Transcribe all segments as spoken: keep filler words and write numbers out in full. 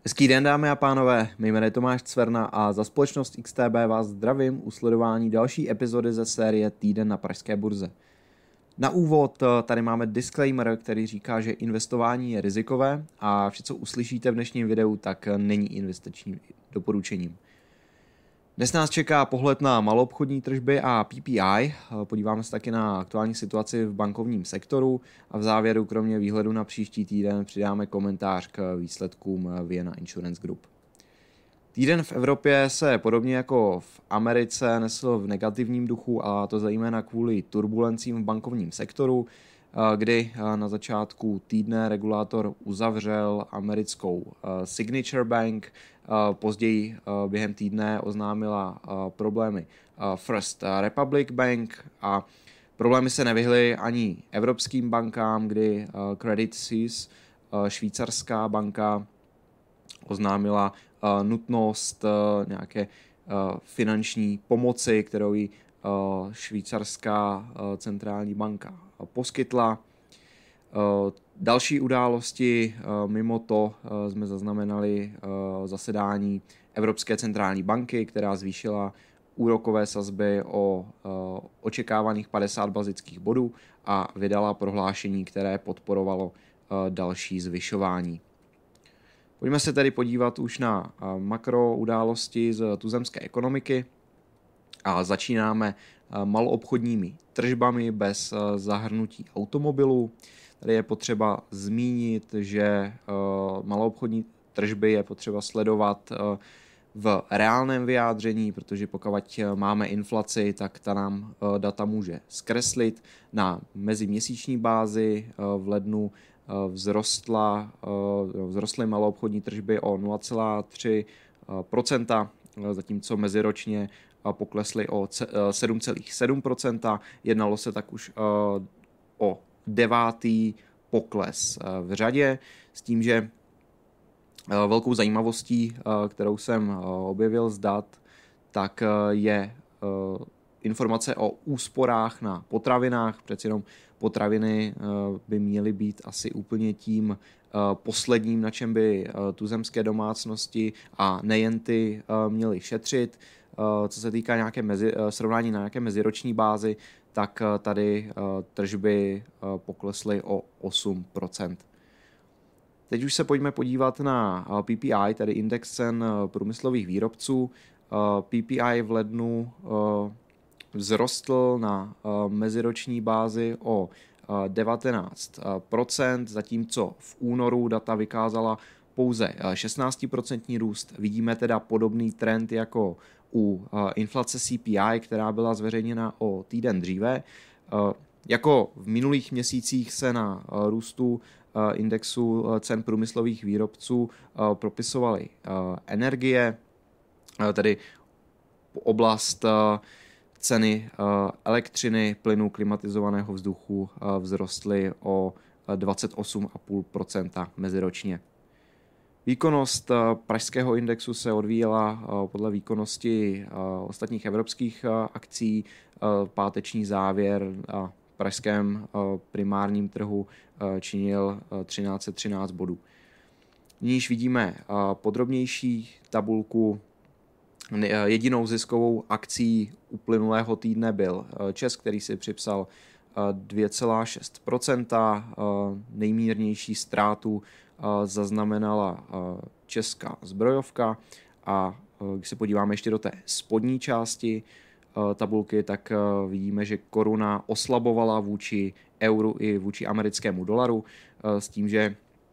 Hezký den, dámy a pánové, mé jméno je Tomáš Cverna a za společnost X T B vás zdravím u sledování další epizody ze série Týden na pražské burze. Na úvod tady máme disclaimer, který říká, že investování je rizikové a vše, co uslyšíte v dnešním videu, tak není investičním doporučením. Dnes nás čeká pohled na maloobchodní tržby a P P I, podíváme se taky na aktuální situaci v bankovním sektoru a v závěru kromě výhledu na příští týden přidáme komentář k výsledkům Vienna Insurance Group. Týden v Evropě se podobně jako v Americe nesl v negativním duchu a to zejména kvůli turbulencím v bankovním sektoru, kdy na začátku týdne regulátor uzavřel americkou Signature Bank, později během týdne oznámila problémy First Republic Bank a problémy se nevyhly ani evropským bankám, kdy Credit Suisse, švýcarská banka, oznámila nutnost nějaké finanční pomoci, kterou jí švýcarská centrální banka poskytla. Další události mimo to jsme zaznamenali zasedání Evropské centrální banky, která zvýšila úrokové sazby o očekávaných padesát bazických bodů a vydala prohlášení, které podporovalo další zvyšování. Pojďme se tedy podívat už na makro události z tuzemské ekonomiky a začínáme maloobchodními tržbami bez zahrnutí automobilů. Tady je potřeba zmínit, že maloobchodní tržby je potřeba sledovat v reálném vyjádření, protože pokud máme inflaci, tak ta nám data může zkreslit. Na meziměsíční bázi v lednu vzrostla, vzrostly maloobchodní tržby o nula celá tři procenta, zatímco meziročně poklesly o sedm celá sedm procenta. Jednalo se tak už o devátý pokles v řadě, s tím, že velkou zajímavostí, kterou jsem objevil z dat, tak je informace o úsporách na potravinách. Přeci jenom potraviny by měly být asi úplně tím posledním, na čem by tuzemské domácnosti a nejen ty měly šetřit. Co se týká nějaké mezi, srovnání na nějaké meziroční bázi, tak tady tržby poklesly o osm procent. Teď už se pojďme podívat na P P I, tedy index cen průmyslových výrobců. P P I v lednu vzrostl na meziroční bázi o devatenáct procent, zatímco v únoru data vykázala pouze šestnáct procent růst. Vidíme teda podobný trend jako u inflace C P I, která byla zveřejněna o týden dříve. Jako v minulých měsících se na růstu indexu cen průmyslových výrobců propisovaly energie, tedy oblast ceny elektřiny, plynu, klimatizovaného vzduchu vzrostly o dvacet osm celá pět procenta meziročně. Výkonnost pražského indexu se odvíjela podle výkonnosti ostatních evropských akcí. Páteční závěr na pražském primárním trhu činil třináct set třináct bodů. Níž vidíme podrobnější tabulku. Jedinou ziskovou akcí uplynulého týdne byl ČEZ, který si připsal dvě celá šest procenta. Nejmírnější ztrátu zaznamenala česká zbrojovka a když se podíváme ještě do té spodní části tabulky, tak vidíme, že koruna oslabovala vůči euru i vůči americkému dolaru s tím, že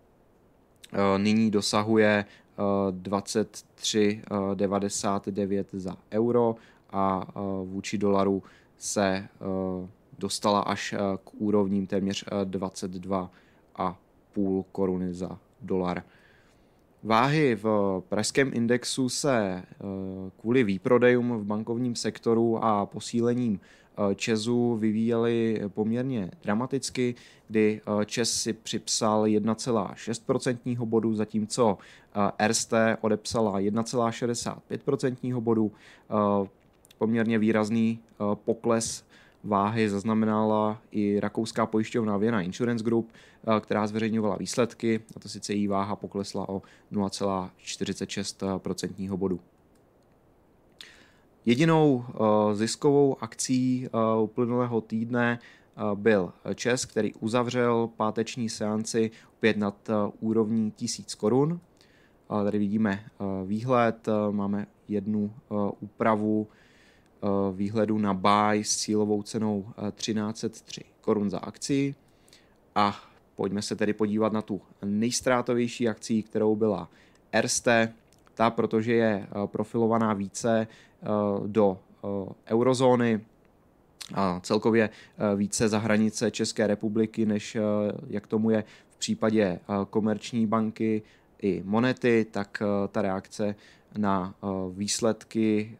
nyní dosahuje dvacet tři devadesát devět za euro a vůči dolaru se dostala až k úrovním téměř dvacet dva a půl koruny za dolar. Váhy v pražském indexu se kvůli výprodejům v bankovním sektoru a posílením ČEZu vyvíjely poměrně dramaticky, kdy ČEZ si připsal jedna celá šest procentního bodu, zatímco Erste odepsala jedna celá šedesát pět procentního bodu. Poměrně výrazný pokles váhy zaznamenala i rakouská pojišťovna Vienna Insurance Group, která zveřejňovala výsledky, a to sice její váha poklesla o nula celá čtyřicet šest procentního bodu. Jedinou ziskovou akcí uplynulého týdne byl ČEZ, který uzavřel páteční seanci opět nad úrovní tisíc korun. Tady vidíme výhled, máme jednu úpravu výhledu na buy s cílovou cenou třináct set tři korun za akci. A pojďme se tedy podívat na tu nejztrátovější akcí, kterou byla Erste. Ta, protože je profilovaná více do eurozóny a celkově více za hranice České republiky, než jak tomu je v případě Komerční banky i Monety, tak ta reakce na výsledky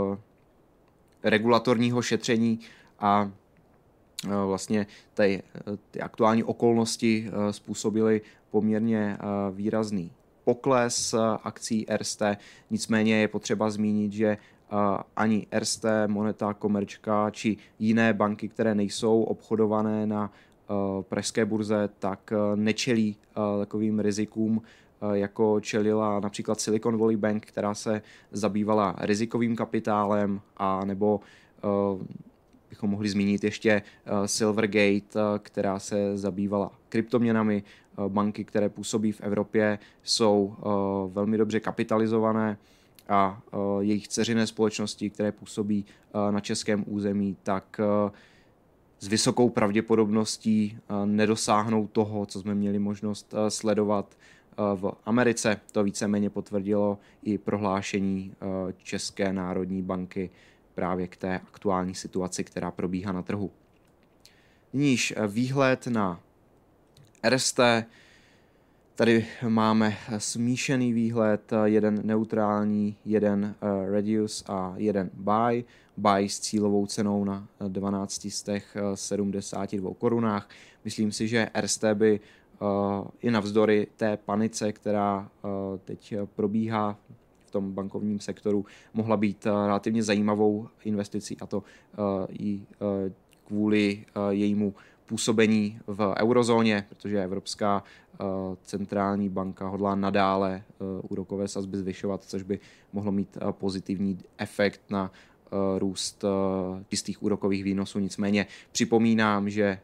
regulatorního šetření a vlastně ty, ty aktuální okolnosti způsobily poměrně výrazný pokles akcí Erste. Nicméně je potřeba zmínit, že ani Erste, Moneta, Komerčka či jiné banky, které nejsou obchodované na pražské burze, tak nečelí takovým rizikům, jako čelila například Silicon Valley Bank, která se zabývala rizikovým kapitálem, a nebo bychom mohli zmínit ještě Silvergate, která se zabývala kryptoměnami. Banky, které působí v Evropě, jsou velmi dobře kapitalizované a jejich dceřiné společnosti, které působí na českém území, tak s vysokou pravděpodobností nedosáhnou toho, co jsme měli možnost sledovat v Americe. To víceméně potvrdilo i prohlášení České národní banky právě k té aktuální situaci, která probíhá na trhu. Nyníž výhled na Erste. Tady máme smíšený výhled, jeden neutrální, jeden reduce a jeden buy. Buy s cílovou cenou na dvanáct set sedmdesát dva korunách. Myslím si, že Erste by i navzdory té panice, která teď probíhá v tom bankovním sektoru, mohla být relativně zajímavou investicí, a to i kvůli jejímu působení v eurozóně, protože Evropská centrální banka hodlá nadále úrokové sazby zvyšovat, což by mohlo mít pozitivní efekt na růst čistých úrokových výnosů. Nicméně připomínám, že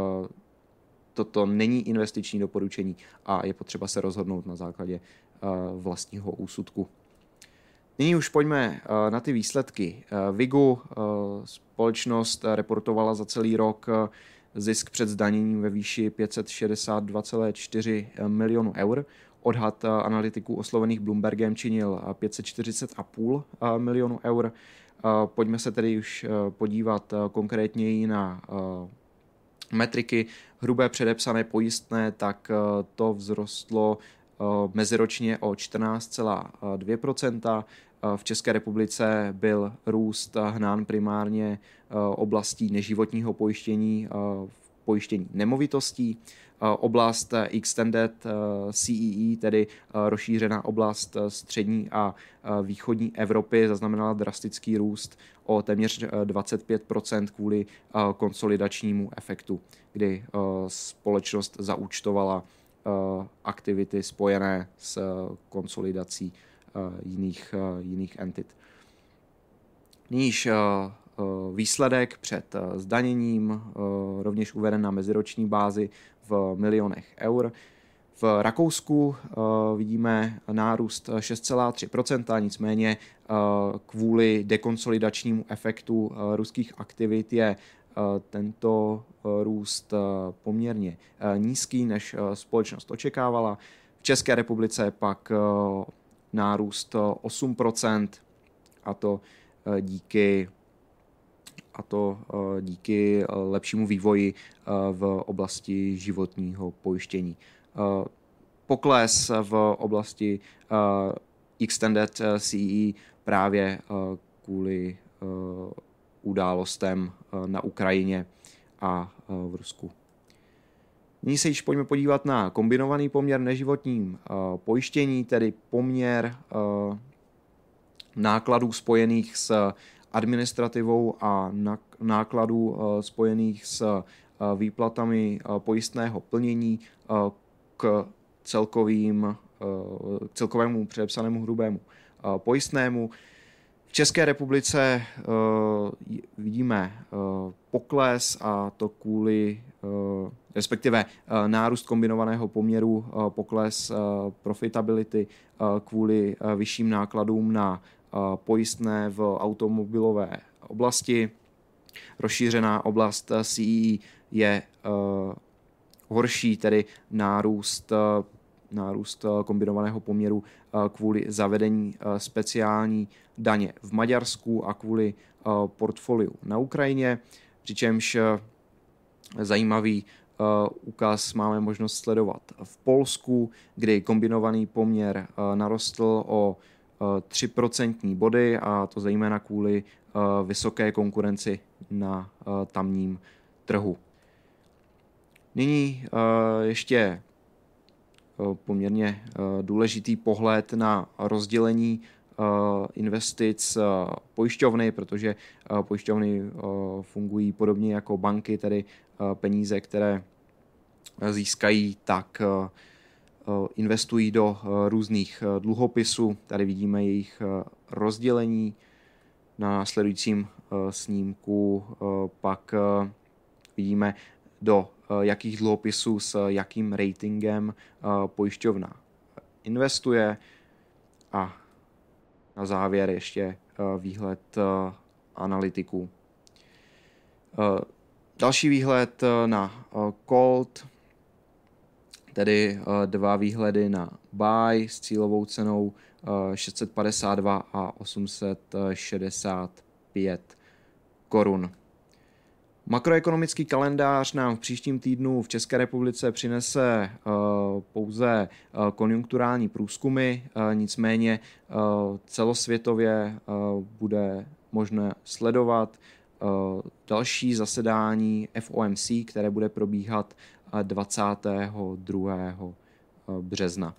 toto není investiční doporučení a je potřeba se rozhodnout na základě vlastního úsudku. Nyní už pojďme na ty výsledky. Vigu společnost reportovala za celý rok zisk před zdaněním ve výši pět set šedesát dva celá čtyři milionu eur. Odhad analytiků oslovených Bloombergem činil pět set čtyřicet celá pět milionu eur. Pojďme se tedy už podívat konkrétněji na metriky. Hrubé předepsané pojistné, tak to vzrostlo meziročně o čtrnáct celá dvě procenta. V České republice byl růst hnán primárně oblastí neživotního pojištění, pojištění nemovitostí. Oblast Extended C E E, tedy rozšířená oblast střední a východní Evropy, zaznamenala drastický růst o téměř dvacet pět procent kvůli konsolidačnímu efektu, kdy společnost zaúčtovala aktivity spojené s konsolidací jiných, jiných entit. Níž výsledek před zdaněním, rovněž uveden na meziroční bázi v milionech eur. V Rakousku vidíme nárůst šest celá tři procenta, nicméně kvůli dekonsolidačnímu efektu ruských aktivit je tento růst poměrně nízký, než společnost očekávala. V České republice pak nárůst osm procent, a to díky a to díky lepšímu vývoji v oblasti životního pojištění. Pokles v oblasti Extended C E E právě kvůli událostem na Ukrajině a v Rusku. Nyní se již pojďme podívat na kombinovaný poměr neživotním pojištění, tedy poměr nákladů spojených s administrativou a nákladů spojených s výplatami pojistného plnění k celkovým, k celkovému předepsanému hrubému pojistnému. V České republice vidíme pokles, a to kvůli, respektive nárůst kombinovaného poměru, pokles profitability kvůli vyšším nákladům na pojistné v automobilové oblasti. Rozšířená oblast C E E je horší, tedy nárůst, nárůst kombinovaného poměru kvůli zavedení speciální daně v Maďarsku a kvůli portfoliu na Ukrajině, přičemž zajímavý ukaz máme možnost sledovat v Polsku, kdy kombinovaný poměr narostl o tři procentní body, a to zejména kvůli vysoké konkurenci na tamním trhu. Nyní ještě poměrně důležitý pohled na rozdělení investic pojišťovny, protože pojišťovny fungují podobně jako banky, tedy peníze, které získají, tak investují do různých dluhopisů. Tady vidíme jejich rozdělení. Na následujícím snímku pak vidíme, do jakých dluhopisů s jakým ratingem pojišťovna investuje, a na závěr ještě výhled analytiků. Další výhled na Colt, tedy dva výhledy na buy s cílovou cenou šest set padesát dva a osm set šedesát pět korun. Makroekonomický kalendář nám v příštím týdnu v České republice přinese pouze konjunkturální průzkumy, nicméně celosvětově bude možné sledovat další zasedání F O M C, které bude probíhat dvacátého druhého března.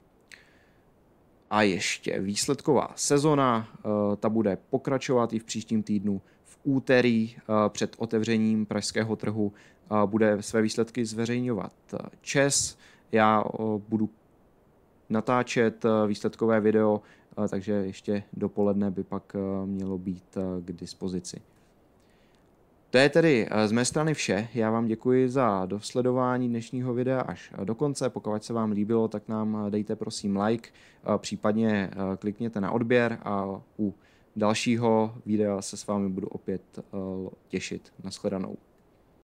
A ještě výsledková sezona, ta bude pokračovat i v příštím týdnu. V úterý před otevřením pražského trhu bude své výsledky zveřejňovat ČEZ. Já budu natáčet výsledkové video, takže ještě dopoledne by pak mělo být k dispozici. To je tedy z mé strany vše. Já vám děkuji za dosledování dnešního videa až do konce. Pokud se vám líbilo, tak nám dejte prosím like, případně klikněte na odběr a u dalšího videa se s vámi budu opět těšit. Nashledanou.